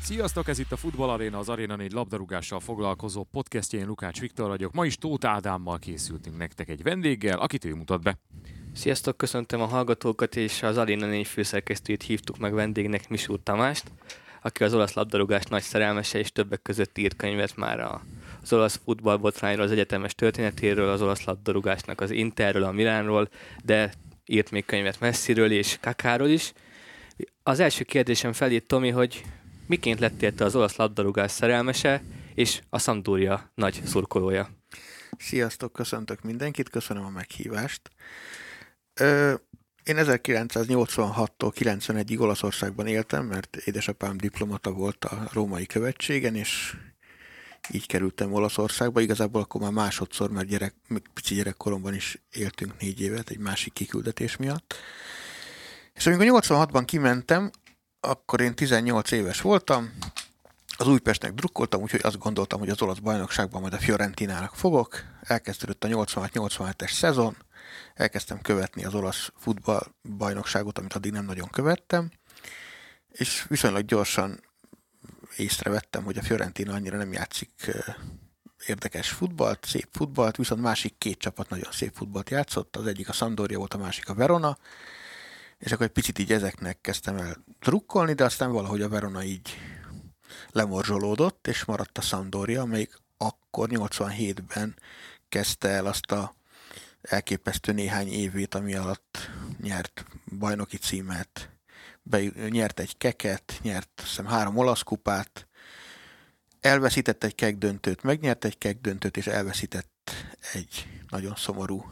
Sziasztok, ez itt a Futball Aréna, az Arena 4 labdarúgással foglalkozó podcastja, én Lukács Viktor vagyok. Ma is Tóth Ádámmal készültünk nektek egy vendéggel, akit ő mutat be. Sziasztok, köszöntöm a hallgatókat, és az Arena 4 főszerkesztőjét hívtuk meg vendégnek, Misúr Tamást, aki az olasz labdarúgás nagy szerelmese, és többek között írt könyvet már az olasz futballbotrányról, az egyetemes történetéről, az olasz labdarúgásnak az Interről, a Milánról, de írt még könyvet Messiről és Kakáról is. Az első kérdésem felé, Tomi, hogy miként lettél te az olasz labdarúgás szerelmese, és a Sampdoria nagy szurkolója? Sziasztok, köszöntök mindenkit, köszönöm a meghívást. Én 1986-tól 91-ig Olaszországban éltem, mert édesapám diplomata volt a római követségen, és így kerültem Olaszországba. Igazából akkor már másodszor, mert pici gyerekkoromban is éltünk 4 évet egy másik kiküldetés miatt. És amikor 86-ban kimentem, akkor én 18 éves voltam, az Újpestnek drukkoltam, úgyhogy azt gondoltam, hogy az olasz bajnokságban majd a Fiorentinának fogok. Elkezdődött a 86-87-es szezon, elkezdtem követni az olasz futballbajnokságot, amit addig nem nagyon követtem, és viszonylag gyorsan észrevettem, hogy a Fiorentina annyira nem játszik érdekes futballt, szép futballt, viszont másik 2 csapat nagyon szép futballt játszott, az egyik a Sampdoria volt, a másik a Verona, és akkor egy picit így ezeknek kezdtem el drukkolni, de aztán valahogy a Verona így lemorzsolódott, és maradt a Sampdoria, amelyik akkor 87-ben kezdte el azt a elképesztő néhány évét, ami alatt nyert bajnoki címet, nyert egy keket, nyert azt hiszem 3 olasz kupát, elveszített egy kek döntőt, megnyert egy kek döntőt, és elveszített egy nagyon szomorú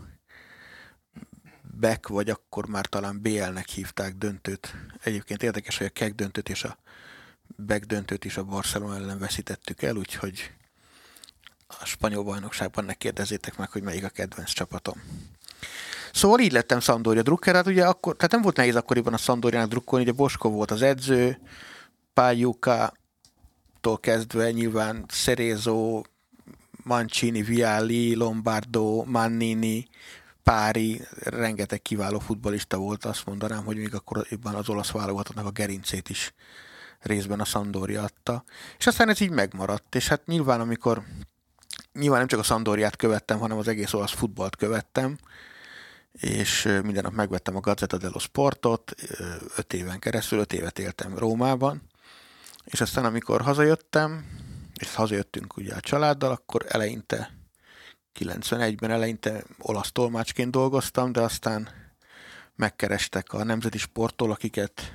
BEK, vagy akkor már talán BL-nek hívták döntőt. Egyébként érdekes, hogy a kek döntőt és a BEK döntőt is a Barcelona ellen veszítettük el, úgyhogy a spanyol bajnokságban ne kérdezzétek meg, hogy melyik a kedvenc csapatom. Szóval így lettem Sampdoria drukker, hát ugye akkor, tehát nem volt nehéz akkoriban a Sampdoriának drukkolni, ugye Bosko volt az edző, Pagliuca-tól kezdve nyilván Cerezo, Mancini, Vialli, Lombardo, Mannini, Pári, rengeteg kiváló futballista volt, azt mondanám, hogy még akkoriban az olasz válogatottnak a gerincét is részben a Sampdoria adta. És aztán ez így megmaradt, és hát nyilván nem csak a Sampdoriát követtem, hanem az egész olasz futballt követtem, és minden nap megvettem a Gazzetta dello Sportot, 5 éven keresztül, 5 évet éltem Rómában, és aztán amikor hazajöttem, és hazajöttünk ugye a családdal, akkor 91-ben eleinte olasz tolmácsként dolgoztam, de aztán megkerestek a Nemzeti Sporttól, akiket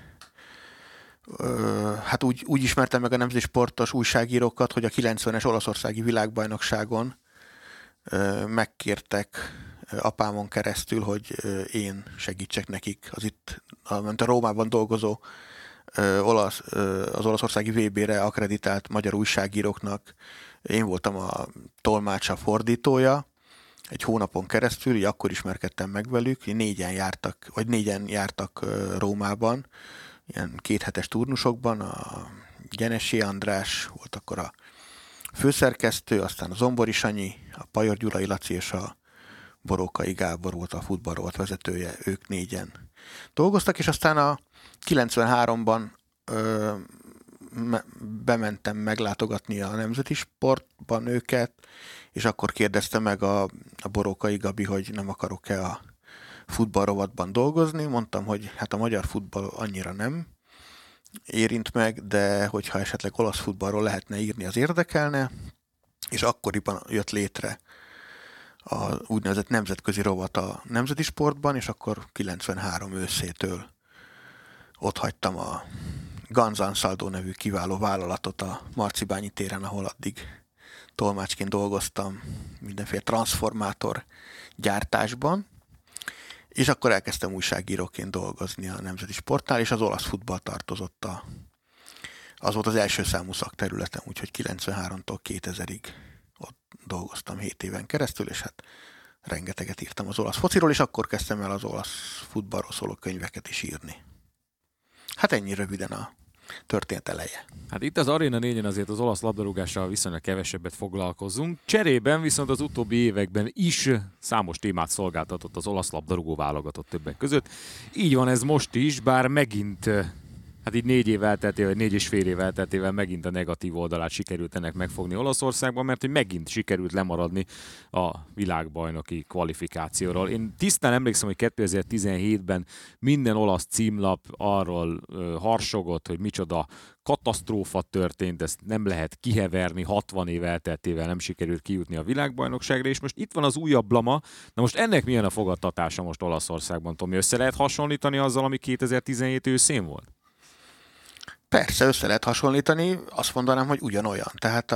hát úgy ismertem meg a Nemzeti Sportos újságírókat, hogy a 90-es olaszországi világbajnokságon megkértek apámon keresztül, hogy én segítsek nekik az itt, a Rómában dolgozó az olaszországi VB-re akkreditált magyar újságíróknak. Én voltam a tolmácsa, fordítója egy hónapon keresztül, így akkor ismerkedtem meg velük, 4-en jártak Rómában, ilyen 2 hetes turnusokban, a Genesi András volt akkor a főszerkesztő, aztán a Zombori Sanyi, a Pajor Gyulai Laci és a Borókai Gábor volt a futballrovat vezetője, ők 4-en dolgoztak, és aztán a 93-ban bementem meglátogatni a Nemzeti Sportban őket, és akkor kérdezte meg a Borókai Gabi, hogy nem akarok-e a futballrovatban dolgozni. Mondtam, hogy hát a magyar futball annyira nem érint meg, de hogyha esetleg olasz futballról lehetne írni, az érdekelne, és akkoriban jött létre a úgynevezett nemzetközi rovat a Nemzeti Sportban, és akkor 93 őszétől ott hagytam a Ganz Ansaldo nevű kiváló vállalatot a Marcibányi téren, ahol addig tolmácsként dolgoztam mindenféle transformátor gyártásban, és akkor elkezdtem újságíróként dolgozni a Nemzeti Sportnál, és az olasz futball tartozott az volt az első számú szakterületem, úgyhogy 93-tól 2000-ig ott dolgoztam 7 éven keresztül, és hát rengeteget írtam az olasz fociról, és akkor kezdtem el az olasz futballról szóló könyveket is írni. Hát ennyi röviden a történet eleje. Hát itt az Arena 4-en azért az olasz labdarúgással viszonylag kevesebbet foglalkozunk. Cserében viszont az utóbbi években is számos témát szolgáltatott az olasz labdarúgó válogatott többek között. Így van ez most is, bár megint Hát így 4 év elteltével, 4,5 év elteltével megint a negatív oldalát sikerült ennek megfogni Olaszországban, mert hogy megint sikerült lemaradni a világbajnoki kvalifikációról. Én tisztán emlékszem, hogy 2017-ben minden olasz címlap arról harsogott, hogy micsoda katasztrófa történt, ezt nem lehet kiheverni, 60 év elteltével nem sikerült kijutni a világbajnokságra, és most itt van az újabb blama. Na most ennek milyen a fogadtatása most Olaszországban, Tomi? Össze lehet hasonlítani azzal, ami 2017 őszén volt? Persze, össze lehet hasonlítani, azt mondanám, hogy ugyanolyan. Tehát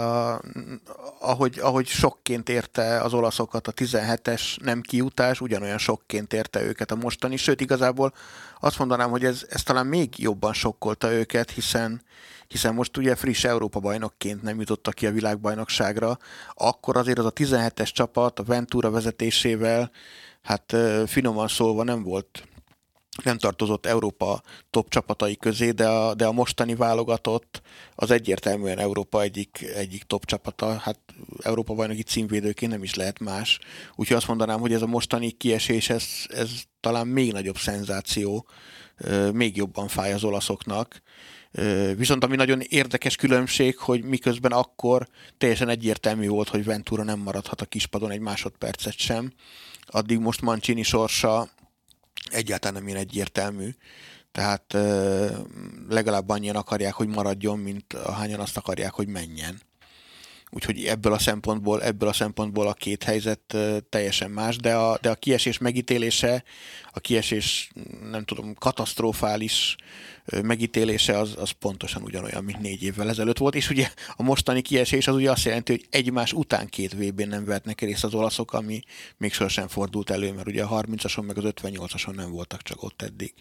ahogy sokként érte az olaszokat a 17-es nem kijutás, ugyanolyan sokként érte őket a mostani, sőt igazából azt mondanám, hogy ez talán még jobban sokkolta őket, hiszen most ugye friss Európa-bajnokként nem jutottak ki a világbajnokságra, akkor azért az a 17-es csapat a Ventura vezetésével, hát finoman szólva nem tartozott Európa top csapatai közé, de a mostani válogatott az egyértelműen Európa egyik top csapata, hát Európa bajnoki címvédőként nem is lehet más. Úgyhogy azt mondanám, hogy ez a mostani kiesés, ez talán még nagyobb szenzáció, még jobban fáj az olaszoknak. Viszont ami nagyon érdekes különbség, hogy miközben akkor teljesen egyértelmű volt, hogy Ventura nem maradhat a kispadon egy másodpercet sem, addig most Mancini sorsa egyáltalán nem ilyen egyértelmű. Tehát legalább annyian akarják, hogy maradjon, mint ahányan azt akarják, hogy menjen. Úgyhogy ebből a szempontból a két helyzet teljesen más, de a kiesés megítélése, a kiesés, nem tudom, katasztrofális megítélése az pontosan ugyanolyan, mint 4 évvel ezelőtt volt, és ugye a mostani kiesés az ugye azt jelenti, hogy egymás után 2 VB-n nem vehetnek részt az olaszok, ami még sosem fordult elő, mert ugye a 30-ason meg az 58-ason nem voltak csak ott eddig.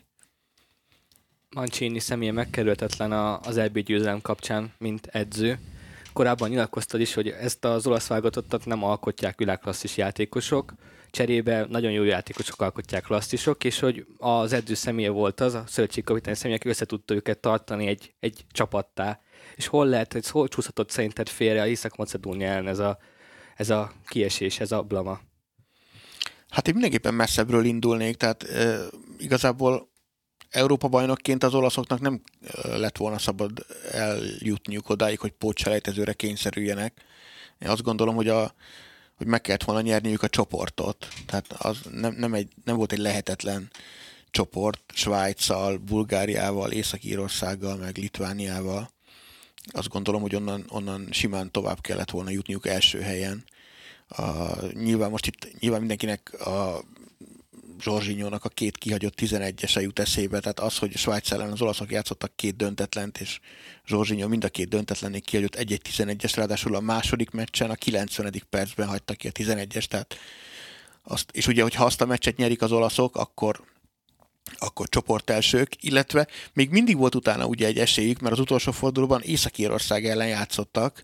Mancini személye megkerülhetetlen az EB győzelem kapcsán, mint edző. Korábban nyilatkoztad is, hogy ezt az olasz válogatottat nem alkotják világklasszis játékosok, cserébe nagyon jó játékosok alkotják klasszisok, és hogy az edző személye volt az, a szövetségkapitány személye, aki össze tudta őket tartani egy csapattá. És hol csúszhatott szerinted félre a Észak-Macedónia ellen ez a kiesés, ez a blama? Hát én mindenképpen messzebbről indulnék, tehát igazából Európa-bajnokként az olaszoknak nem lett volna szabad eljutniuk odáig, hogy pótselejtezőre kényszerüljenek. Én azt gondolom, hogy meg kellett volna nyerniük a csoportot. Tehát az nem volt egy lehetetlen csoport Svájccal, Bulgáriával, Észak-Írországgal, meg Litvániával. Azt gondolom, hogy onnan simán tovább kellett volna jutniuk első helyen. Nyilván mindenkinek a Jorginho-nak a 2 kihagyott 11-ese jut eszébe, tehát az, hogy Svájc ellen az olaszok játszottak 2 döntetlent, és Jorginho mind a 2 döntetlennél kihagyott 1-11-es, ráadásul a második meccsen a 90. percben hagyta ki a 11-es, tehát és ugye, hogyha azt a meccset nyerik az olaszok, akkor csoportelsők, illetve még mindig volt utána ugye egy esélyük, mert az utolsó fordulóban Észak-Írország ellen játszottak,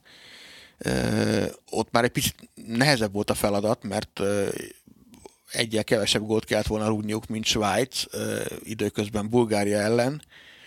ott már egy picit nehezebb volt a feladat, mert egyel kevesebb gólt kellett volna rúgniuk, mint Svájc időközben Bulgária ellen.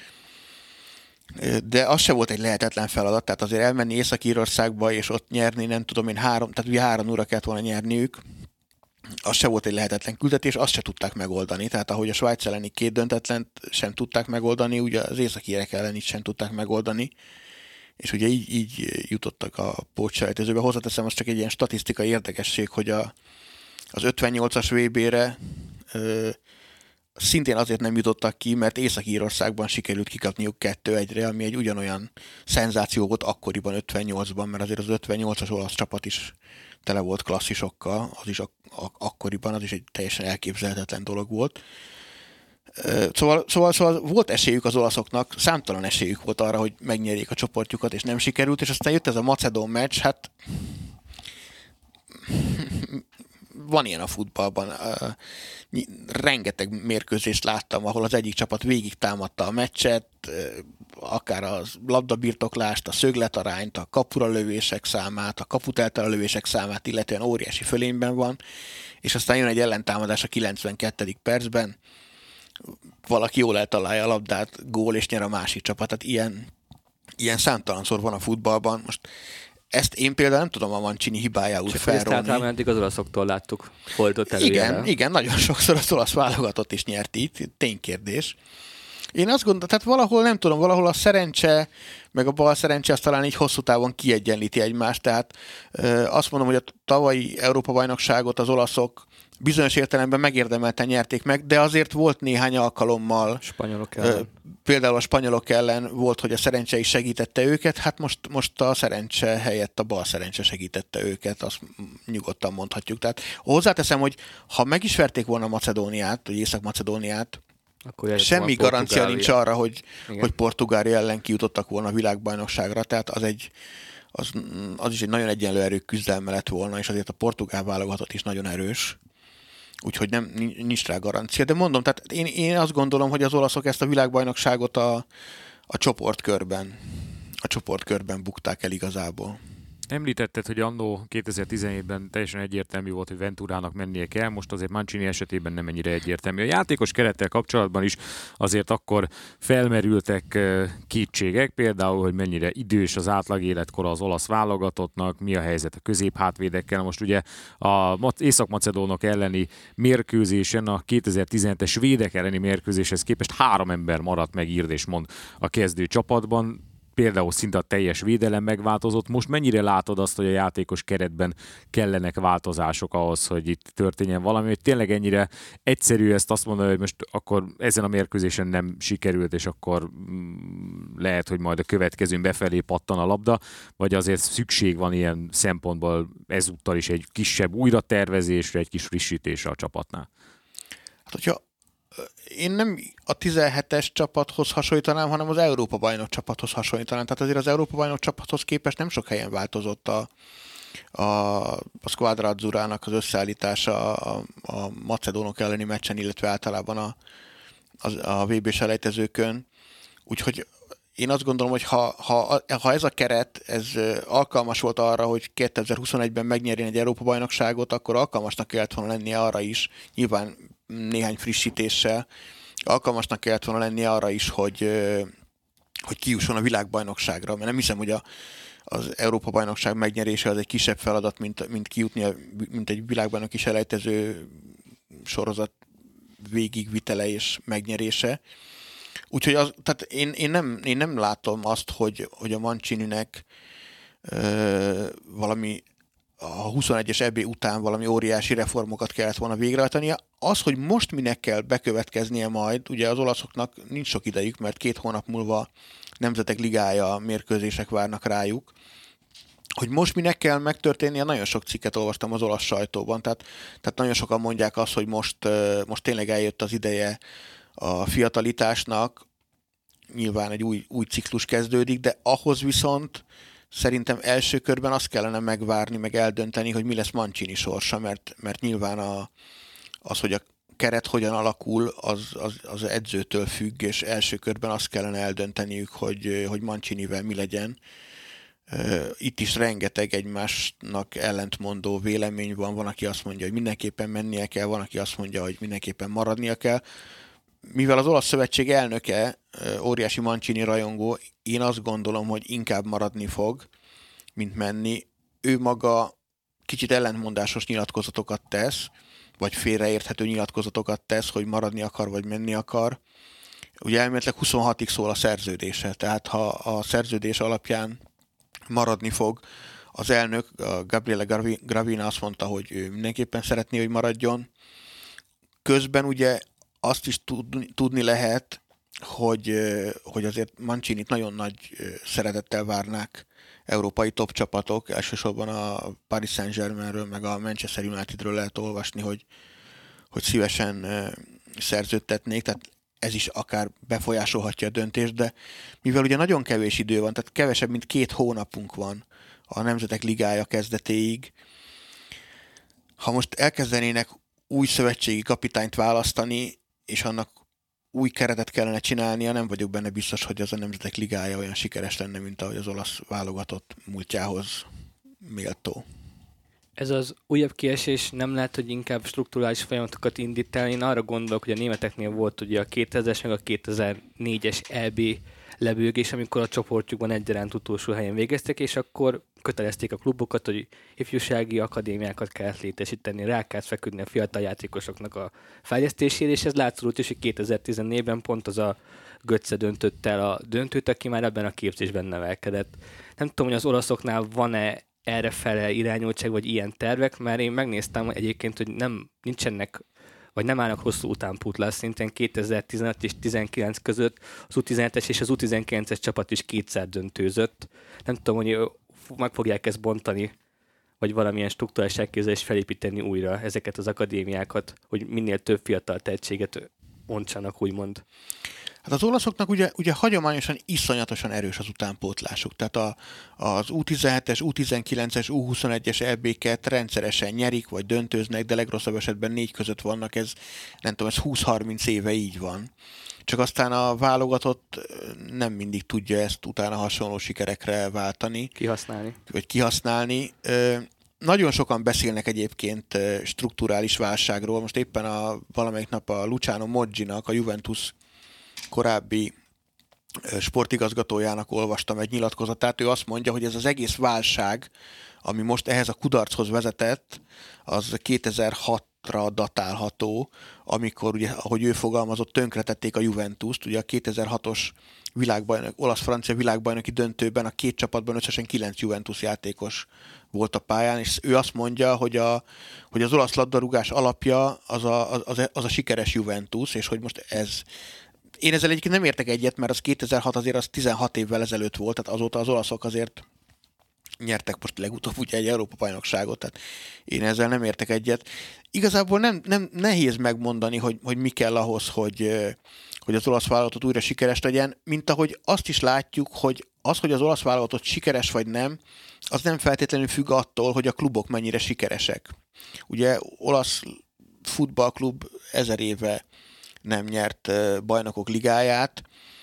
De az se volt egy lehetetlen feladat, tehát azért elmenni Észak-Írországba és ott nyerni, nem tudom én, tehát ugye 3-0-ra kellett volna nyerniük, az se volt egy lehetetlen küldetés, azt se tudták megoldani. Tehát ahogy a Svájc elleni 2 döntetlent sem tudták megoldani, ugye az észak-írek ellen is sem tudták megoldani, és ugye így jutottak a pótselejtezőbe. Hozzáteszem, az csak egy ilyen statisztikai érdekesség, hogy az 58-as VB-re szintén azért nem jutottak ki, mert Észak-Írországban sikerült kikapniuk 2-1-re, ami egy ugyanolyan szenzáció volt akkoriban, 58-ban, mert azért az 58-as olasz csapat is tele volt klasszisokkal, az is akkoriban, az is egy teljesen elképzelhetetlen dolog volt. Szóval volt esélyük az olaszoknak, számtalan esélyük volt arra, hogy megnyerjék a csoportjukat, és nem sikerült, és aztán jött ez a macedón meccs, hát van ilyen a futballban. Rengeteg mérkőzést láttam, ahol az egyik csapat végig támadta a meccset, akár a labdabirtoklást, a szögletarányt, a kapura lövések számát, a kaput eltele lövések számát, illetően óriási fölényben van, és aztán jön egy ellentámadás a 92. percben, valaki jól eltalálja a labdát, gól, és nyer a másik csapat. Tehát ilyen számtalanszor van a futballban. Most ezt én például nem tudom a Mancini hibájául felrólni. Csak eddig az olaszoktól láttuk fordult előjel. Igen, nagyon sokszor az olasz válogatott is nyert itt, ténykérdés. Én azt gondolom, tehát valahol nem tudom, valahol a szerencse, meg a bal szerencse az talán így hosszú távon kiegyenlíti egymást, tehát azt mondom, hogy a tavalyi Európa-bajnokságot az olaszok bizonyos értelemben megérdemelten nyerték meg, de azért volt néhány alkalommal, Spanyolok ellen. Például a spanyolok ellen volt, hogy a szerencse is segítette őket, hát most a szerencse helyett a bal szerencse segítette őket, azt nyugodtan mondhatjuk. Tehát hozzáteszem, hogy ha meg is verték volna Macedóniát, vagy Észak-Macedóniát, Akkor semmi garancia nincs arra, hogy Igen. Portugália ellen kijutottak volna a világbajnokságra, tehát az is egy nagyon egyenlő erők küzdelme lett volna, és azért a portugál válogatott is nagyon erős. Úgyhogy nincs rá garancia. De mondom, tehát én azt gondolom, hogy az olaszok ezt a világbajnokságot a csoportkörben bukták el igazából. Említetted, hogy annó 2017-ben teljesen egyértelmű volt, hogy Venturának mennie kell, most azért Mancini esetében nem ennyire egyértelmű. A játékos kerettel kapcsolatban is azért akkor felmerültek kétségek, például, hogy mennyire idős az átlag életkora az olasz válogatottnak, mi a helyzet a középhátvédekkel. Most ugye a észak-macedónok elleni mérkőzésen, a 2017-es svédek elleni mérkőzéshez képest 3 ember maradt meg, írd és mond a kezdő csapatban. Például szinte a teljes védelem megváltozott. Most mennyire látod azt, hogy a játékos keretben kellenek változások ahhoz, hogy itt történjen valami, hogy tényleg ennyire egyszerű ezt azt mondani, hogy most akkor ezen a mérkőzésen nem sikerült, és akkor lehet, hogy majd a következőn befelé pattan a labda, vagy azért szükség van ilyen szempontból ezúttal is egy kisebb újratervezésre, egy kis frissítésre a csapatnál? Hát, hogyha én nem a 17-es csapathoz hasonlítanám, hanem az Európa-bajnok csapathoz hasonlítanám. Tehát azért az Európa-bajnok csapathoz képest nem sok helyen változott a Squadra Azzurrának az összeállítása a macedónok elleni meccsen, illetve általában a VB-s elejtezőkön. Úgyhogy én azt gondolom, hogy ha ez a keret ez alkalmas volt arra, hogy 2021-ben megnyerjen egy Európa-bajnokságot, akkor alkalmasnak kellett volna lennie arra is, nyilván néhány frissítéssel, alkalmasnak kellett volna lennie arra is, hogy kijusson a világbajnokságra, mert nem hiszem, hogy az Európa-bajnokság megnyerése az egy kisebb feladat, mint kijutni, mint egy világbajnoki selejtező sorozat végigvitele és megnyerése. Úgyhogy tehát én nem látom azt, hogy a Mancininek valami a 21-es EB után valami óriási reformokat kellett volna végrehajtania. Az, hogy most minek kell bekövetkeznie majd, ugye az olaszoknak nincs sok idejük, mert 2 hónap múlva Nemzetek Ligája mérkőzések várnak rájuk, hogy most minek kell megtörténnie, nagyon sok cikket olvastam az olasz sajtóban, tehát nagyon sokan mondják azt, hogy most tényleg eljött az ideje a fiatalitásnak, nyilván egy új ciklus kezdődik, de ahhoz viszont szerintem első körben azt kellene megvárni, meg eldönteni, hogy mi lesz Mancini sorsa, mert nyilván az, hogy a keret hogyan alakul, az edzőtől függ, és első körben azt kellene eldönteniük, hogy Mancinivel mi legyen. Itt is rengeteg egymásnak ellentmondó vélemény van aki azt mondja, hogy mindenképpen mennie kell, van, aki azt mondja, hogy mindenképpen maradnia kell. Mivel az olasz szövetség elnöke, óriási Mancini rajongó, én azt gondolom, hogy inkább maradni fog, mint menni. Ő maga kicsit ellentmondásos nyilatkozatokat tesz, vagy félreérthető nyilatkozatokat tesz, hogy maradni akar, vagy menni akar. Ugye elméletileg 26-ig szól a szerződése, tehát ha a szerződés alapján maradni fog, az elnök, Gabriele Gravina azt mondta, hogy ő mindenképpen szeretné, hogy maradjon. Közben ugye azt is tudni lehet, hogy azért Mancinit nagyon nagy szeretettel várnák európai top csapatok, elsősorban a Paris Saint-Germainről, meg a Manchester Unitedről lehet olvasni, hogy szívesen szerződtetnék, tehát ez is akár befolyásolhatja a döntést, de mivel ugye nagyon kevés idő van, tehát kevesebb, mint 2 hónapunk van a Nemzetek Ligája kezdetéig, ha most elkezdenének új szövetségi kapitányt választani, és annak új keretet kellene csinálnia, nem vagyok benne biztos, hogy az a Nemzetek Ligája olyan sikeres lenne, mint ahogy az olasz válogatott múltjához méltó. Ez az újabb kiesés nem lehet, hogy inkább strukturális folyamatokat indít el. Én arra gondolok, hogy a németeknél volt ugye a 2000-es meg a 2004-es EB lebőgés, amikor a csoportjukban egyaránt utolsó helyen végeztek, és akkor kötelezték a klubokat, hogy ifjúsági akadémiákat kell létesíteni, rá kell feküdni a fiatal játékosoknak a fejlesztésére, és ez látszódott is, hogy 2014-ben pont az a Götze döntött el a döntőt, aki már ebben a képzésben nevelkedett. Nem tudom, hogy az olaszoknál van-e erre fele irányultság, vagy ilyen tervek, mert én megnéztem egyébként, hogy nincsenek, vagy nem állnak hosszú utánpótlás szinten 2015 és 19 között az U17-es és az U19-es csapat is kétszer döntőzött. Nem tudom, hogy meg fogják ezt bontani, vagy valamilyen struktúrális elképzelést felépíteni újra ezeket az akadémiákat, hogy minél több fiatal tehetséget ontsanak, úgymond. Hát az olaszoknak ugye hagyományosan iszonyatosan erős az utánpótlásuk. Tehát az U17-es, U19-es, U21-es EB-ket rendszeresen nyerik, vagy döntőznek, de legrosszabb esetben 4 között vannak, ez nem tudom, ez 20-30 éve így van. Csak aztán a válogatott nem mindig tudja ezt utána hasonló sikerekre váltani. Kihasználni. Nagyon sokan beszélnek egyébként strukturális válságról. Most éppen valamelyik nap a Luciano Mogginak, a Juventus korábbi sportigazgatójának olvastam egy nyilatkozatát. Ő azt mondja, hogy ez az egész válság, ami most ehhez a kudarchoz vezetett, az 2006-ra datálható, amikor, ugye, ahogy ő fogalmazott, tönkretették a Juventust. Ugye a 2006-os olasz-francia világbajnoki döntőben a két csapatban összesen 9 Juventus játékos volt a pályán, és ő azt mondja, hogy az olasz labdarúgás alapja az a sikeres Juventus, és hogy most ez... Én ezzel egyébként nem értek egyet, mert az 2006 azért az 16 évvel ezelőtt volt, tehát azóta az olaszok azért nyertek most legutóbb ugye egy Európa-bajnokságot, tehát én ezzel nem értek egyet. Igazából nem nehéz megmondani, hogy mi kell ahhoz, hogy az olasz vállalatot újra sikeres legyen, mint ahogy azt is látjuk, hogy hogy az olasz vállalatot sikeres vagy nem, az nem feltétlenül függ attól, hogy a klubok mennyire sikeresek. Ugye olasz futballklub 1000 éve nem nyert bajnokok ligáját.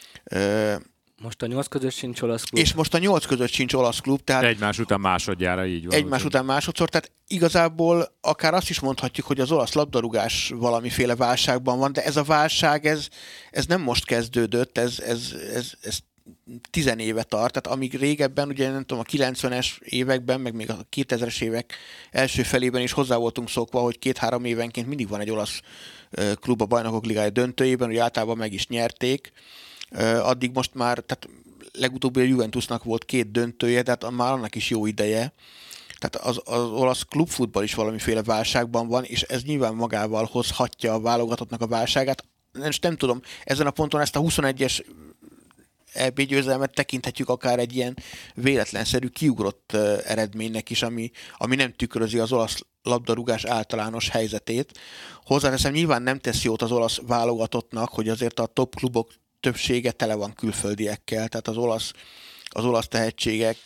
Most a 8 között sincs olasz klub. És most a 8 között sincs olasz klub. Tehát egymás után másodjára így van. Egymás után másodszor, tehát igazából akár azt is mondhatjuk, hogy az olasz labdarúgás valamiféle válságban van, de ez a válság, ez nem most kezdődött, ez 10 éve tart, tehát amíg régebben, ugye nem tudom, a 90-es években, meg még a 2000-es évek első felében is hozzá voltunk szokva, hogy 2-3 évenként mindig van egy olasz klub a Bajnokok Ligája döntőjében, hogy általában meg is nyerték. Addig most már, tehát legutóbb a Juventusnak volt 2 döntője, tehát már annak is jó ideje. Tehát az olasz klubfutball is valamiféle válságban van, és ez nyilván magával hozhatja a válogatottnak a válságát. Nem tudom, ezen a ponton ezt a 21-es EB győzelmet tekinthetjük akár egy ilyen véletlenszerű kiugrott eredménynek is, ami nem tükrözi az olasz labdarúgás általános helyzetét. Hozzáteszem, nyilván nem tesz jót az olasz válogatottnak, hogy azért a top klubok többsége tele van külföldiekkel, tehát az olasz tehetségeket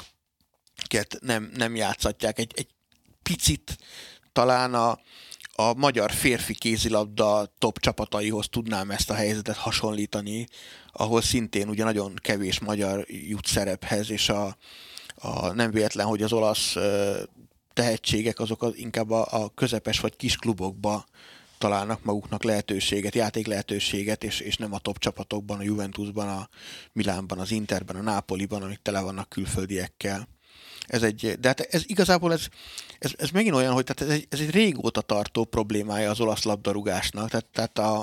nem játszatják. Egy picit talán a magyar férfi kézilabda top csapataihoz tudnám ezt a helyzetet hasonlítani, ahol szintén ugye nagyon kevés magyar jut szerephez, és nem véletlen, hogy az olasz tehetségek azok inkább a közepes vagy kis klubokba találnak maguknak lehetőséget, játék lehetőséget, és nem a top csapatokban, a Juventusban, a Milánban, az Interben, a Nápoliban, amik tele vannak külföldiekkel. De hát ez igazából ez megint olyan, hogy tehát ez egy régóta tartó problémája az olasz labdarúgásnak. Tehát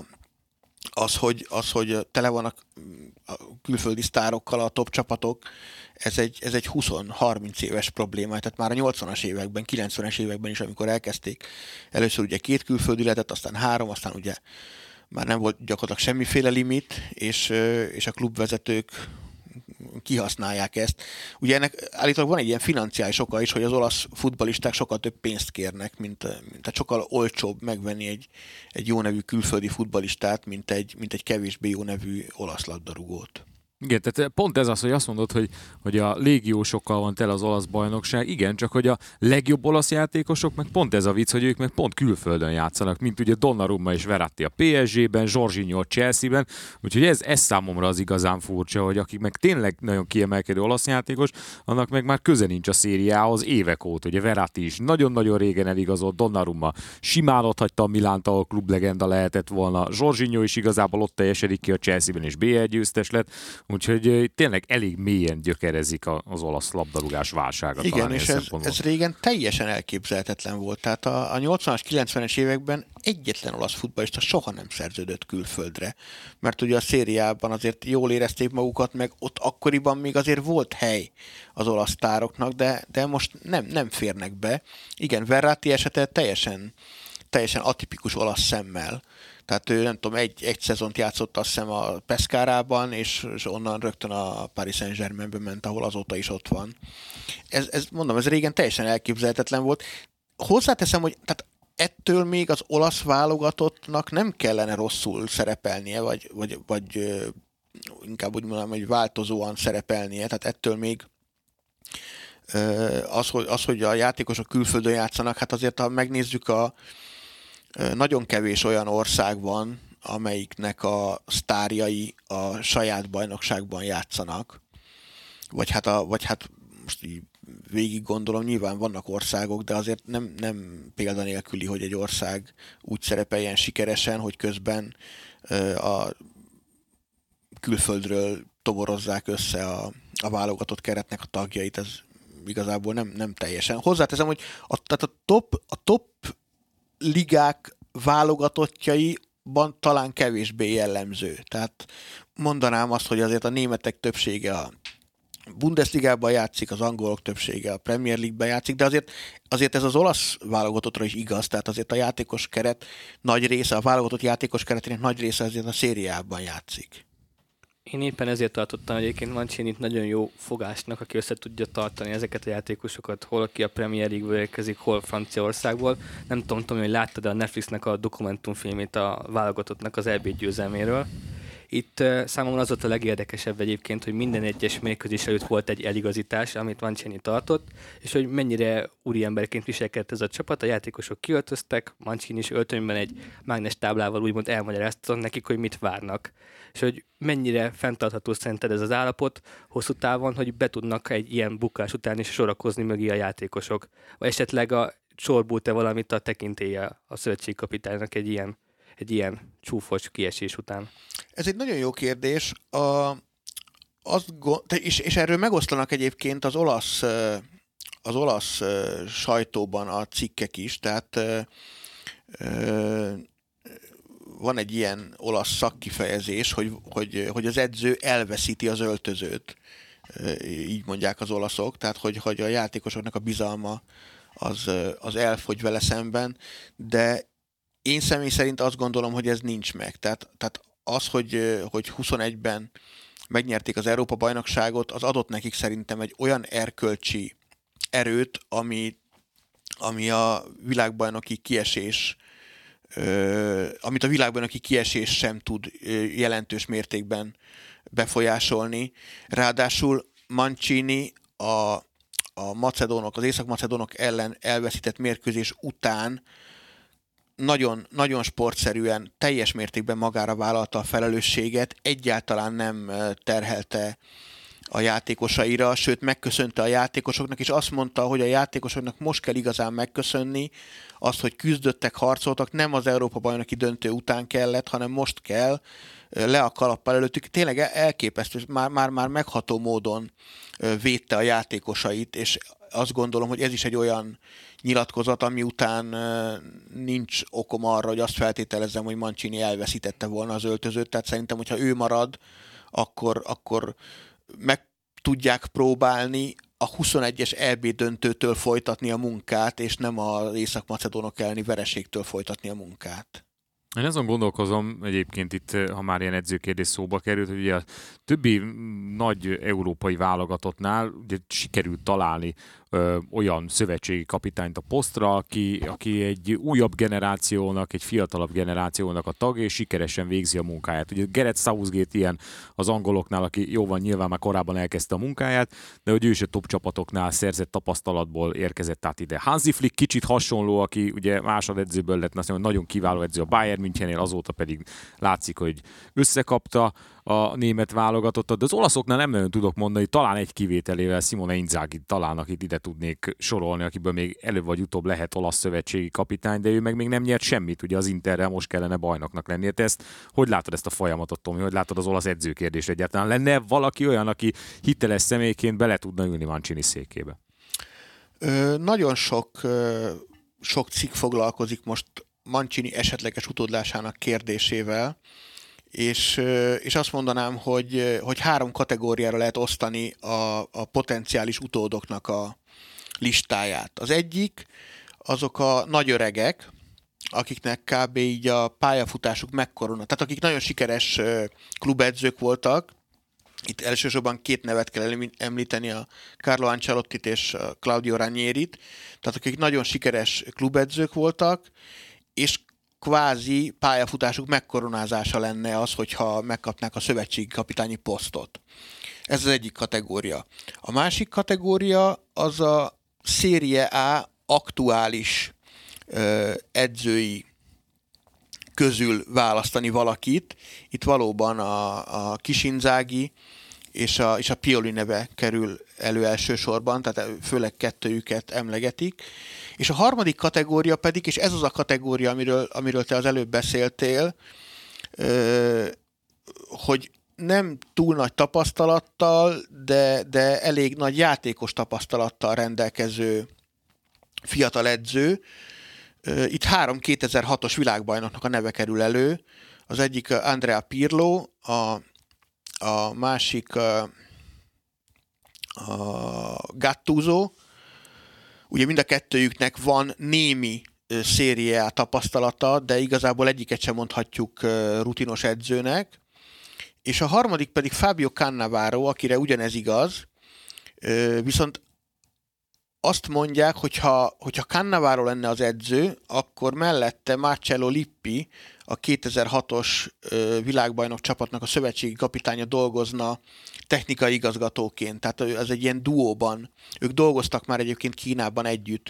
hogy tele vannak a külföldi sztárokkal a top csapatok, ez egy 20-30 éves probléma. Tehát már a 80-as években, 90-es években is, amikor elkezdték, először ugye 2 külföldi lehetett, aztán 3, aztán ugye már nem volt gyakorlatilag semmiféle limit, és a klubvezetők kihasználják ezt. Ugye ennek állítólag van egy ilyen financiális oka is, hogy az olasz futballisták sokkal több pénzt kérnek, tehát sokkal olcsóbb megvenni egy jó nevű külföldi futballistát, mint egy kevésbé jó nevű olasz labdarúgót. Igen, tehát pont ez az, hogy azt mondod, hogy a légiósokkal van tele az olasz bajnokság, igen, csak hogy a legjobb olasz játékosok, meg pont ez a vicc, hogy ők meg pont külföldön játszanak, mint ugye Donnarumma és Verratti a PSG-ben, Jorginho a Chelsea-ben, úgyhogy ez számomra az igazán furcsa, hogy akik meg tényleg nagyon kiemelkedő olasz játékos, annak meg már köze nincs a szériához évek óta, ugye Verratti is nagyon-nagyon régen eligazolt, Donnarumma simán otthagyta a Milánt, ahol klublegenda lehetett volna, Jorginho is igazából ott teljesedik ki a Chelsea-ben és BL győztes lett. Úgyhogy tényleg elég mélyen gyökerezik az olasz labdarúgás válsága. Igen, és ez régen teljesen elképzelhetetlen volt. Tehát a 80-as, 90-es években egyetlen olasz futballista soha nem szerződött külföldre. Mert ugye a szériában azért jól érezték magukat, meg ott akkoriban még azért volt hely az olasz sztároknak, de most nem férnek be. Igen, Verratti esete teljesen atipikus olasz szemmel. Tehát ő, nem tudom, egy szezont játszott, azt hiszem, a Pescarában, és onnan rögtön a Paris Saint-Germainbe ment, ahol azóta is ott van. Mondom, ez régen teljesen elképzelhetetlen volt. Hozzáteszem, hogy tehát ettől még az olasz válogatottnak nem kellene rosszul szerepelnie, vagy inkább úgy mondom, hogy változóan szerepelnie. Tehát ettől még az, hogy a játékosok külföldön játszanak, hát azért, ha megnézzük, nagyon kevés olyan ország van, amelyiknek a sztárjai a saját bajnokságban játszanak. Vagy hát most így végig gondolom, nyilván vannak országok, de azért nem példanélküli, hogy egy ország úgy szerepeljen sikeresen, hogy közben a külföldről toborozzák össze a válogatott keretnek a tagjait. Ez igazából nem teljesen. Hozzáteszem, hogy a top ligák válogatottjaiban talán kevésbé jellemző. Tehát mondanám azt, hogy azért a németek többsége a Bundesligában játszik, az angolok többsége a Premier League-ben játszik, de azért ez az olasz válogatottra is igaz, tehát azért a játékos keret nagy része, a válogatott játékos keretének nagy része azért a szériában játszik. Én éppen ezért tartottam egyébként Mancinit nagyon jó fogásnak, aki össze tudja tartani ezeket a játékosokat, hol aki a Premier League-ből érkezik, hol Franciaországból. Nem tudom, hogy láttad a Netflixnek a dokumentumfilmét a válogatottnak az EB győzelméről. Itt számomra az volt a legérdekesebb egyébként, hogy minden egyes mérkőzés előtt volt egy eligazítás, amit Mancini tartott, és hogy mennyire úriemberként viselkedett ez a csapat, a játékosok kiöltöztek, Mancini is öltönyben egy mágnes táblával úgymond elmagyarázta nekik, hogy mit várnak. És hogy mennyire fenntartható szerinted ez az állapot hosszú távon, hogy be tudnak egy ilyen bukás után is sorakozni mögé a játékosok. Vagy esetleg a csorbult-e valamit a tekintélye a szövetségkapitánynak egy ilyen csúfos kiesés után? Ez egy nagyon jó kérdés. És erről megoszlanak egyébként az olasz sajtóban a cikkek is, tehát van egy ilyen olasz szakkifejezés, hogy az edző elveszíti az öltözőt. Így mondják az olaszok, tehát hogy a játékosoknak a bizalma az elfogy vele szemben, de én személy szerint azt gondolom, hogy ez nincs meg. Tehát az, hogy 21-ben megnyerték az Európa-bajnokságot, az adott nekik szerintem egy olyan erkölcsi erőt, ami a világbajnoki kiesés, amit a világbajnoki kiesés sem tud jelentős mértékben befolyásolni. Ráadásul Mancini a macedónok, az észak-macedónok ellen elveszített mérkőzés után nagyon, nagyon sportszerűen, teljes mértékben magára vállalta a felelősséget, egyáltalán nem terhelte a játékosaira, sőt megköszönte a játékosoknak, és azt mondta, hogy a játékosoknak most kell igazán megköszönni azt, hogy küzdöttek, harcoltak, nem az Európa-bajnoki döntő után kellett, hanem most kell, le a kalappal előttük. Tényleg elképesztő, már megható módon védte a játékosait, és azt gondolom, hogy ez is egy olyan nyilatkozat, ami után nincs okom arra, hogy azt feltételezzem, hogy Mancini elveszítette volna az öltözőt, tehát szerintem, hogyha ő marad, akkor meg tudják próbálni a 21-es EB döntőtől folytatni a munkát, és nem az észak-macedónok elleni vereségtől folytatni a munkát. Én azon gondolkozom egyébként itt, ha már ilyen edzőkérdés szóba került, hogy ugye a többi nagy európai válogatottnál ugye sikerült találni olyan szövetségi kapitányt a posztra, aki egy újabb generációnak, egy fiatalabb generációnak a tagja, és sikeresen végzi a munkáját. Ugye Gareth Southgate ilyen az angoloknál, aki jó van, nyilván már korábban elkezdte a munkáját, de hogy ő is a top csapatoknál szerzett tapasztalatból érkezett át ide. Hansi Flick kicsit hasonló, aki ugye másodedzőből lett, azt mondom, nagyon kiváló edző a Bayern Münchennél, azóta pedig látszik, hogy összekapta a német válogatottat, de az olaszoknál nem nagyon tudok mondani, talán egy kivételével Simone Inzaghi talán, akit ide tudnék sorolni, akiből még előbb vagy utóbb lehet olasz szövetségi kapitány, de ő meg még nem nyert semmit, ugye az Interrel most kellene bajnoknak lennie. Te hogy látod ezt a folyamatot, Tomi? Hogy látod az olasz edzőkérdést egyáltalán? Lenne valaki olyan, aki hiteles személyként bele tudna ülni Mancini székébe? Nagyon sok cikk foglalkozik most Mancini esetleges utódlásának kérdésével, és azt mondanám, hogy 3 kategóriára lehet osztani a potenciális utódoknak a listáját. Az egyik, azok a nagy öregek, akiknek kb. Így a pályafutásuk megkorona. Tehát akik nagyon sikeres klubedzők voltak, itt elsősorban 2 nevet kell említeni, a Carlo Ancelottit és a Claudio Ranierit, tehát akik nagyon sikeres klubedzők voltak, és kvázi pályafutásuk megkoronázása lenne az, hogyha megkapnák a szövetségi kapitányi posztot. Ez az egyik kategória. A másik kategória az a Serie A aktuális edzői közül választani valakit. Itt valóban a Kis Inzaghi és a Pioli neve kerül elő elsősorban, tehát főleg kettőjüket emlegetik. És a harmadik kategória pedig, és ez az a kategória, amiről te az előbb beszéltél, hogy nem túl nagy tapasztalattal, de elég nagy játékos tapasztalattal rendelkező fiatal edző. Itt 3 2006-os világbajnoknak a neve kerül elő. Az egyik Andrea Pirlo, a másik a Gattuso. Ugye mind a kettőjüknek van némi Serie A tapasztalata, de igazából egyiket sem mondhatjuk rutinos edzőnek. És a harmadik pedig Fabio Cannavaro, akire ugyanez igaz, viszont azt mondják, hogyha Cannavaro lenne az edző, akkor mellette Marcello Lippi, a 2006-os világbajnok csapatnak a szövetségi kapitánya dolgozna technikai igazgatóként. Tehát ez egy ilyen duóban. Ők dolgoztak már egyébként Kínában együtt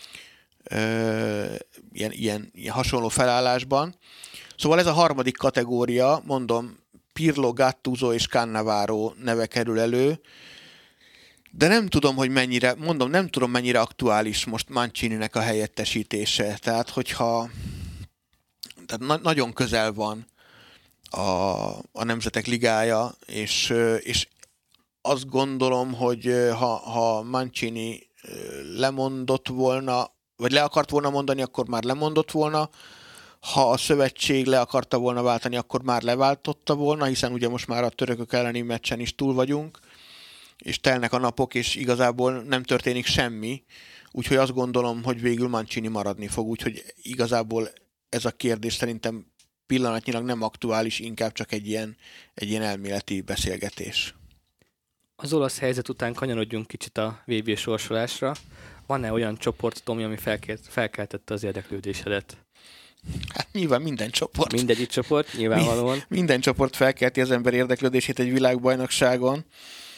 ilyen hasonló felállásban. Szóval ez a harmadik kategória, mondom, Pirlo, Gattuso és Cannavaro neve kerül elő, de nem tudom, hogy mennyire aktuális most Mancininek a helyettesítése. Tehát, tehát nagyon közel van a Nemzetek Ligája, és azt gondolom, hogy ha Mancini lemondott volna, vagy le akart volna mondani, akkor már lemondott volna. Ha a szövetség le akarta volna váltani, akkor már leváltotta volna, hiszen ugye most már a törökök elleni meccsen is túl vagyunk, és telnek a napok, és igazából nem történik semmi. Úgyhogy azt gondolom, hogy végül Mancini maradni fog, úgyhogy igazából ez a kérdés szerintem pillanatnyilag nem aktuális, inkább csak egy ilyen elméleti beszélgetés. Az olasz helyzet után kanyarodjunk kicsit a VB sorsolásra. Van-e olyan csoport, Tomi, ami felkeltette az érdeklődésedet? Hát nyilván minden csoport. Mindegyik csoport, nyilvánvalóan. Minden csoport felkelti az ember érdeklődését egy világbajnokságon.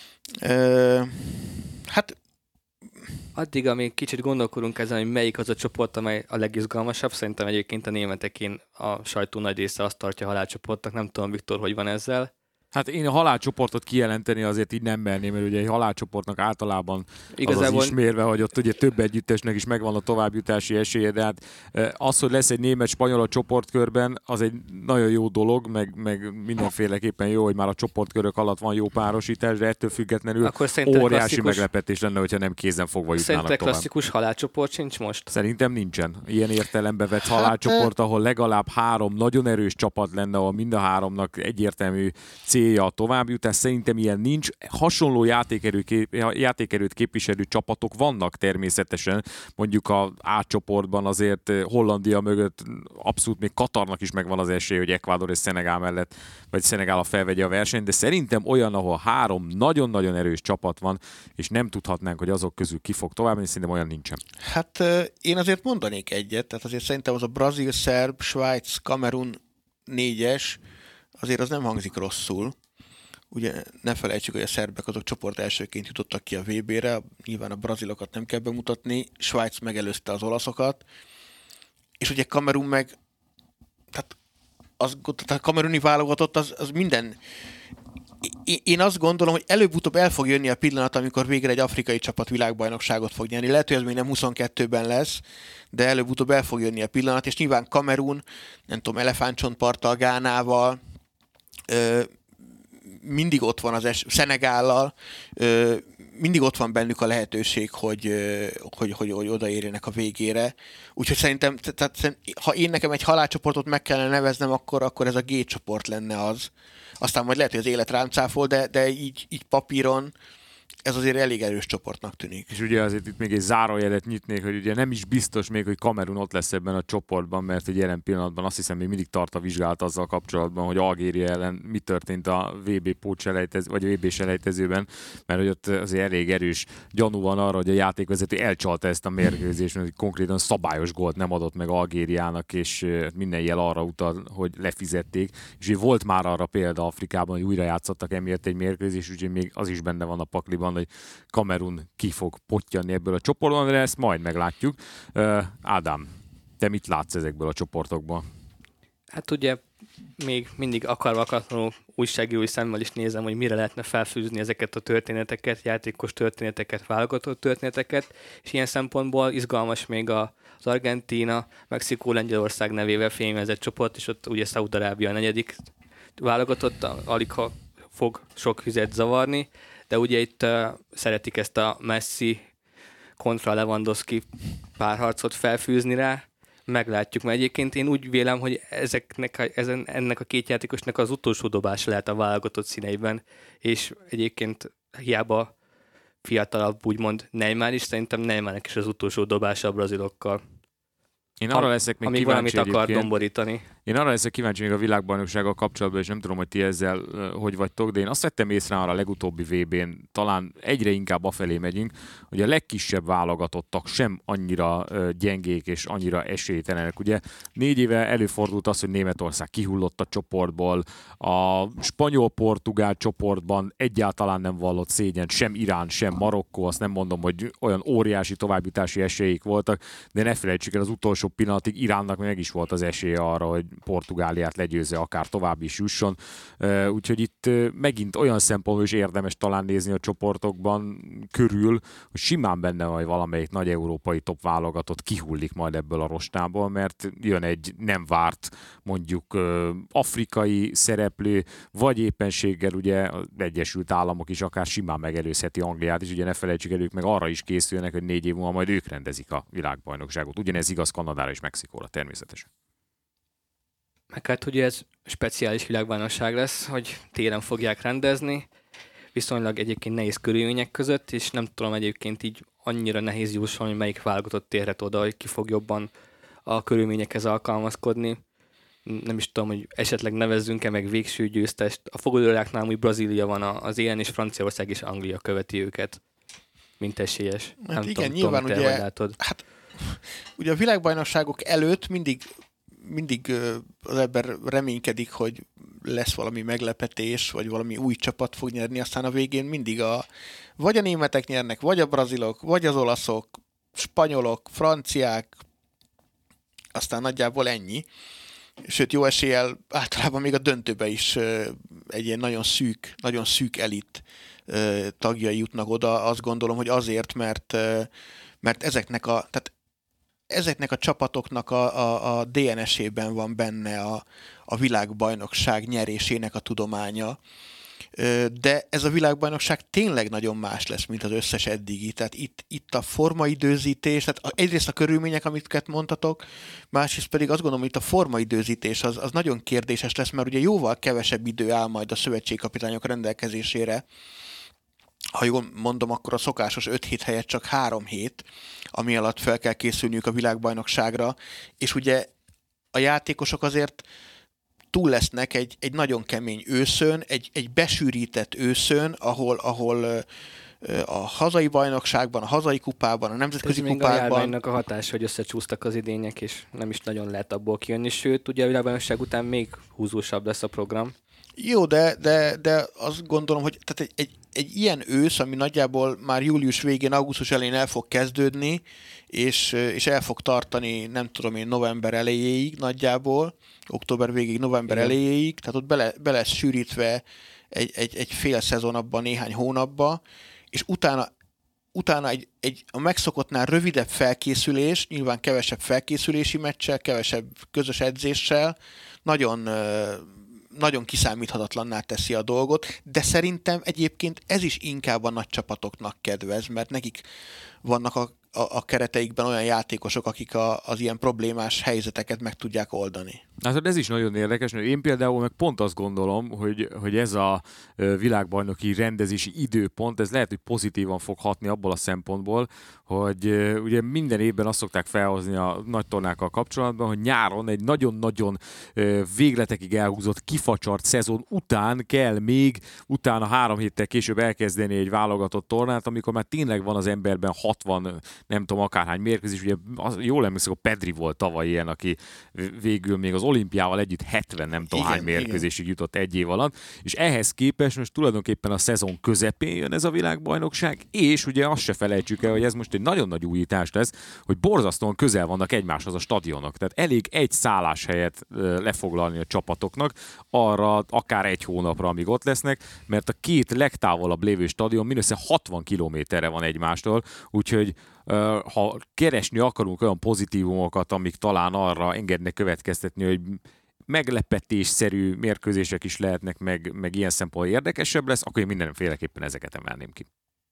Hát addig, amíg kicsit gondolkodunk ezen, hogy melyik az a csoport, amely a legizgalmasabb, szerintem egyébként a németekén a sajtó nagy része azt tartja halálcsoportnak. Nem tudom, Viktor, hogy van ezzel. Hát én a halálcsoportot kijelenteni azért így nem merném, mert ugye egy halálcsoportnak általában igazából... az ismérve, hogy ott ugye több együttesnek is megvan a továbbjutási esélye, de hát az, hogy lesz egy német-spanyol a csoportkörben, az egy nagyon jó dolog, meg mindenféleképpen jó, hogy már a csoportkörök alatt van jó párosítás, de ettől függetlenül óriási meglepetés lenne, hogyha nem kézen fogva jutnának tovább. Szerinted klasszikus halálcsoport sincs most? Szerintem nincsen. Ilyen értelembe vett halálcsoport, ahol legalább 3 nagyon erős csapat lenne, ahol mind a 3-nak egyértelmű célja a továbbjutás. Szerintem ilyen nincs. Hasonló játékerőt képviselő csapatok vannak természetesen. Mondjuk a A csoportban azért Hollandia mögött abszolút még Katarnak is megvan az esély, hogy Ecuador és Szenegál mellett, vagy Szenegál felvegye a versenyt, de szerintem olyan, ahol 3 nagyon-nagyon erős csapat van, és nem tudhatnánk, hogy azok közül ki fog tovább, és szerintem olyan nincsen. Hát én azért mondanék egyet, tehát azért szerintem az a Brazil, Szerb, Svájc, Kamerun 4-es, azért az nem hangzik rosszul. Ugye ne felejtsük, hogy a szerbek azok csoport elsőként jutottak ki a VB-re, nyilván a brazilokat nem kell bemutatni, Svájc megelőzte az olaszokat, és ugye Kamerun meg, tehát a kameruni válogatott az minden Én azt gondolom, hogy előbb-utóbb el fog jönni a pillanat, amikor végre egy afrikai csapat világbajnokságot fog nyerni. Lehet, hogy ez még nem 22-ben lesz, de előbb-utóbb el fog jönni a pillanat, és nyilván Kamerun, nem tudom, elefántcsontparttal, Gánával, mindig ott van Szenegállal, mindig ott van bennük a lehetőség, hogy odaérjenek a végére. Úgyhogy szerintem, tehát, ha én nekem egy halálcsoportot meg kellene neveznem, akkor ez a G csoport lenne az. Aztán majd lehet, hogy az élet rám cáfol, de így papíron ez azért elég erős csoportnak tűnik. És ugye azért itt még egy zárójelet nyitnék, hogy ugye nem is biztos még, hogy Kamerun ott lesz ebben a csoportban, mert egy jelen pillanatban azt hiszem, még mindig tart a vizsgálat azzal kapcsolatban, hogy Algéria ellen mi történt a VB vagy VB selejtezőben, mert hogy ott azért elég erős gyanú van arra, hogy a játékvezető elcsalta ezt a mérkőzést, mert konkrétan szabályos gólt nem adott meg Algériának, és minden jel arra utal, hogy lefizették. És ugye volt már arra példa Afrikában, hogy újra játszottak emiatt egy mérkőzést, úgyhogy még az is benne van a pakliban, hogy Kamerun ki fog pottyanni ebből a csoportból, de ezt majd meglátjuk. Ádám, te mit látsz ezekből a csoportokból? Hát ugye még mindig akarva újságírói szemmel is nézem, hogy mire lehetne felfűzni ezeket a történeteket, játékos történeteket, válogatott történeteket, és ilyen szempontból izgalmas még az Argentína, Mexikó, Lengyelország nevével fémezett csoport, és ott ugye Szaúd-Arábia a negyedik válogatott, alig ha fog sok vizet zavarni, de ugye itt szeretik ezt a Messi kontra Lewandowski párharcot felfűzni rá, meglátjuk, mert egyébként én úgy vélem, hogy ennek a két játékosnak az utolsó dobása lehet a válogatott színeiben, és egyébként hiába fiatalabb, úgymond Neymar is, szerintem Neymarnek is az utolsó dobása a brazilokkal. Én arra leszek még amíg kíváncsi valamit akar domborítani. Én arra leszek kíváncsi még a világbajnoksággal kapcsolatban, és nem tudom, hogy ti ezzel hogy vagytok, de én azt vettem észre arra a legutóbbi VB-n, talán egyre inkább afelé megyünk, hogy a legkisebb válogatottak sem annyira gyengék és annyira esélytelenek. Ugye 4 éve előfordult az, hogy Németország kihullott a csoportból, a spanyol-portugál csoportban egyáltalán nem vallott szégyent, sem Irán, sem Marokkó, azt nem mondom, hogy olyan óriási továbbjutási esélyeik voltak, de ne felejtsük el, az utolsó pillanatig Iránnak meg is volt az esélye arra, hogy Portugáliát legyőzze, akár tovább is jusson. Úgyhogy itt megint olyan szempontból is érdemes talán nézni a csoportokban körül, hogy simán benne van, hogy valamelyik nagy európai top válogatott kihullik majd ebből a rostából, mert jön egy nem várt mondjuk afrikai szereplő, vagy éppenséggel ugye az Egyesült Államok is akár simán megelőzheti Angliát is, ugye ne felejtsük el, ők meg arra is készülnek, hogy 4 év múlva majd ők rendezik a világbajnokságot. Ugyanez igaz Kanadára és Mexikóra természetesen. Meg hát ugye ez speciális világbajnokság lesz, hogy télen fogják rendezni, viszonylag egyébként nehéz körülmények között, és nem tudom egyébként így annyira nehéz jósolni, hogy melyik válogatott térhet oda, hogy ki fog jobban a körülményekhez alkalmazkodni. Nem is tudom, hogy esetleg nevezzünk-e meg végső győztest. A fogadóráknál úgy Brazília van az élen, és Franciaország és Anglia követi őket, mint esélyes. Hát nem igen, tudom, nyilván te ugye, hogy látod. hát, ugye a világbajnokságok előtt mindig az ember reménykedik, hogy lesz valami meglepetés, vagy valami új csapat fog nyerni, aztán a végén mindig vagy a németek nyernek, vagy a brazilok, vagy az olaszok, spanyolok, franciák, aztán nagyjából ennyi. Sőt, jó eséllyel általában még a döntőbe is egy ilyen nagyon szűk elit tagjai jutnak oda. Azt gondolom, hogy azért, mert ezeknek a csapatoknak a DNS-ében van benne a világbajnokság nyerésének a tudománya. De ez a világbajnokság tényleg nagyon más lesz, mint az összes eddigi. Tehát itt a formaidőzítés, tehát egyrészt a körülmények, amiket mondtatok, másrészt pedig azt gondolom, hogy itt a formaidőzítés az nagyon kérdéses lesz, mert ugye jóval kevesebb idő áll majd a szövetségkapitányok rendelkezésére. Ha jól mondom, akkor a szokásos 5 hét helyett csak 3 hét, ami alatt fel kell készülniük a világbajnokságra, és ugye a játékosok azért túl lesznek egy nagyon kemény őszön, egy besűrített őszön, ahol a hazai bajnokságban, a hazai kupában, a nemzetközi kupában... Ez még a járványnak a hatás, hogy összecsúsztak az idények, és nem is nagyon lehet abból kijönni, sőt, ugye a világbajnokság után még húzósabb lesz a program. Jó, de azt gondolom, hogy tehát egy ilyen ősz, ami nagyjából már július végén, augusztus elején el fog kezdődni, és el fog tartani, nem tudom én, november elejéig nagyjából, október végig, november elejéig, tehát ott be lesz sűrítve egy fél szezon abban, néhány hónapba, és utána a megszokottnál rövidebb felkészülés, nyilván kevesebb felkészülési meccsel, kevesebb közös edzéssel, nagyon kiszámíthatatlanná teszi a dolgot, de szerintem egyébként ez is inkább a nagy csapatoknak kedvez, mert nekik vannak a kereteikben olyan játékosok, akik az ilyen problémás helyzeteket meg tudják oldani. Hát ez is nagyon érdekes, mert én például meg pont azt gondolom, hogy ez a világbajnoki rendezési időpont, ez lehet, hogy pozitívan fog hatni abból a szempontból, hogy ugye minden évben azt szokták felhozni a nagy tornákkal kapcsolatban, hogy nyáron egy nagyon-nagyon végletekig elhúzott, kifacsart szezon után kell még utána 3 héttel később elkezdeni egy válogatott tornát, amikor már tényleg van az emberben 60, nem tudom, akárhány mérkőzés. Ugye jól emlékszem, a Pedri volt tavaly ilyen, aki végül még az olimpiával együtt 70 nem tudom hány mérkőzésig jutott egy év alatt, és ehhez képest most tulajdonképpen a szezon közepén jön ez a világbajnokság, és ugye azt se felejtsük el, hogy ez most egy nagyon nagy újítás lesz, hogy borzasztóan közel vannak egymáshoz a stadionok. Tehát elég egy szálláshelyet lefoglalni a csapatoknak, arra akár egy hónapra, amíg ott lesznek, mert a két legtávolabb lévő stadion mindössze 60 kilométerre van egymástól, úgyhogy ha keresni akarunk olyan pozitívumokat, amik talán arra engednek következtetni, hogy meglepetésszerű mérkőzések is lehetnek, meg ilyen szempontból érdekesebb lesz, akkor én mindenféleképpen ezeket emelném ki.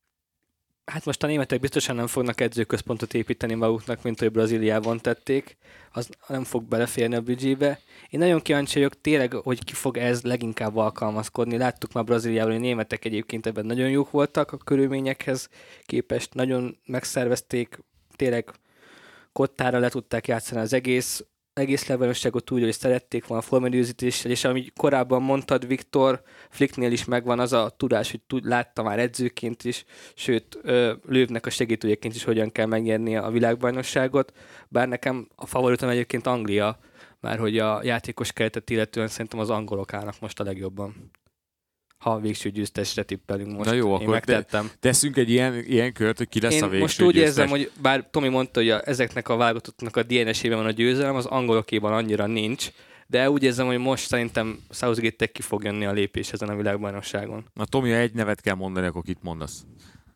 Hát most a németek biztosan nem fognak edzőközpontot építeni maguknak, mint hogy Brazíliában tették. Az nem fog beleférni a büdzsébe. Én nagyon kíváncsi vagyok tényleg, hogy ki fog ez leginkább alkalmazkodni. Láttuk már Brazíliában, hogy a németek egyébként ebben nagyon jók voltak a körülményekhez képest. Nagyon megszervezték, tényleg kottára le tudták játszani az egész lebajnokságot úgy, hogy szerették volna a formidőzítéssel, és amit korábban mondtad, Viktor, Flicknél is megvan az a tudás, hogy látta már edzőként is, sőt, Löwnek a segítőjeként is hogyan kell megnyerni a világbajnokságot, bár nekem a favoritom egyébként Anglia, már hogy a játékos keretet illetően szerintem az angolok állnak most a legjobban. Ha a végső győztesre tippelünk most. Na jó, én akkor megtettem. Teszünk egy ilyen kört, hogy ki lesz a végső most úgy győztes. érzem, hogy bár Tomi mondta, hogy ezeknek a válogatottnak a DNS-ében van a győzelem, az angolokéban annyira nincs, de úgy érzem, hogy most szerintem Southgate-tek ki fog jönni a lépés ezen a világbajnokságon. Na Tomi, ha egy nevet kell mondani, akkor kit mondasz?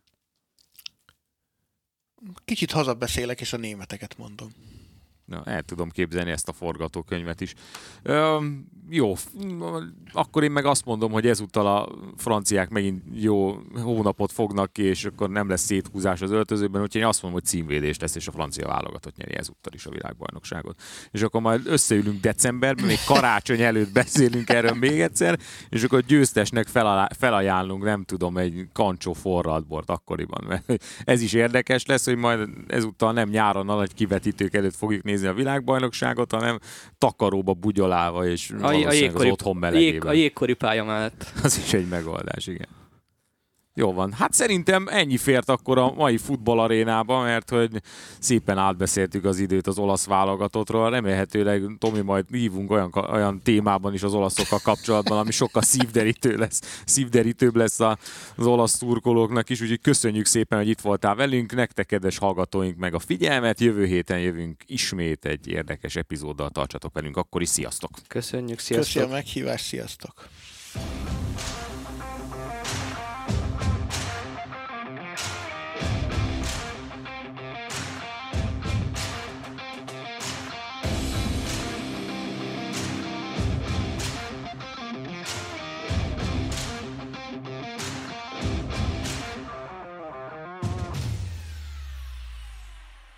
Kicsit hazabeszélek, és a németeket mondom. Na, el tudom képzelni ezt a forgatókönyvet is. Jó, akkor én meg azt mondom, hogy ezúttal a franciák megint jó hónapot fognak ki, és akkor nem lesz széthúzás az öltözőben, úgyhogy én azt mondom, hogy címvédés lesz, és a francia válogatott nyeri ezúttal is a világbajnokságot. És akkor majd összeülünk decemberben, még karácsony előtt beszélünk erről még egyszer, és akkor győztesnek felajánlunk, nem tudom, egy kancsó forradbort akkoriban. Mert ez is érdekes lesz, hogy majd ezúttal nem nyáron nagy kivetítők előtt fogjuk nézni a világbajnokságot, hanem takaróba bugyolálva, és valószínűleg az otthon melegében. A jégkori pálya mellett. Az is egy megoldás, igen. Jó van. Hát szerintem ennyi fért akkor a mai futballarénába, mert hogy szépen átbeszéltük az időt az olasz válogatottról. Remélhetőleg, Tomi, majd hívunk olyan témában is az olaszokkal kapcsolatban, ami sokkal szívderítőbb lesz az olasz szurkolóknak is. Úgyhogy köszönjük szépen, hogy itt voltál velünk. Nektek, kedves hallgatóink, meg a figyelmet. Jövő héten jövünk ismét egy érdekes epizóddal. Tartsatok velünk akkor is. Sziasztok! Köszönjük, sziasztok! Köszönjük a meghívást, sziasztok!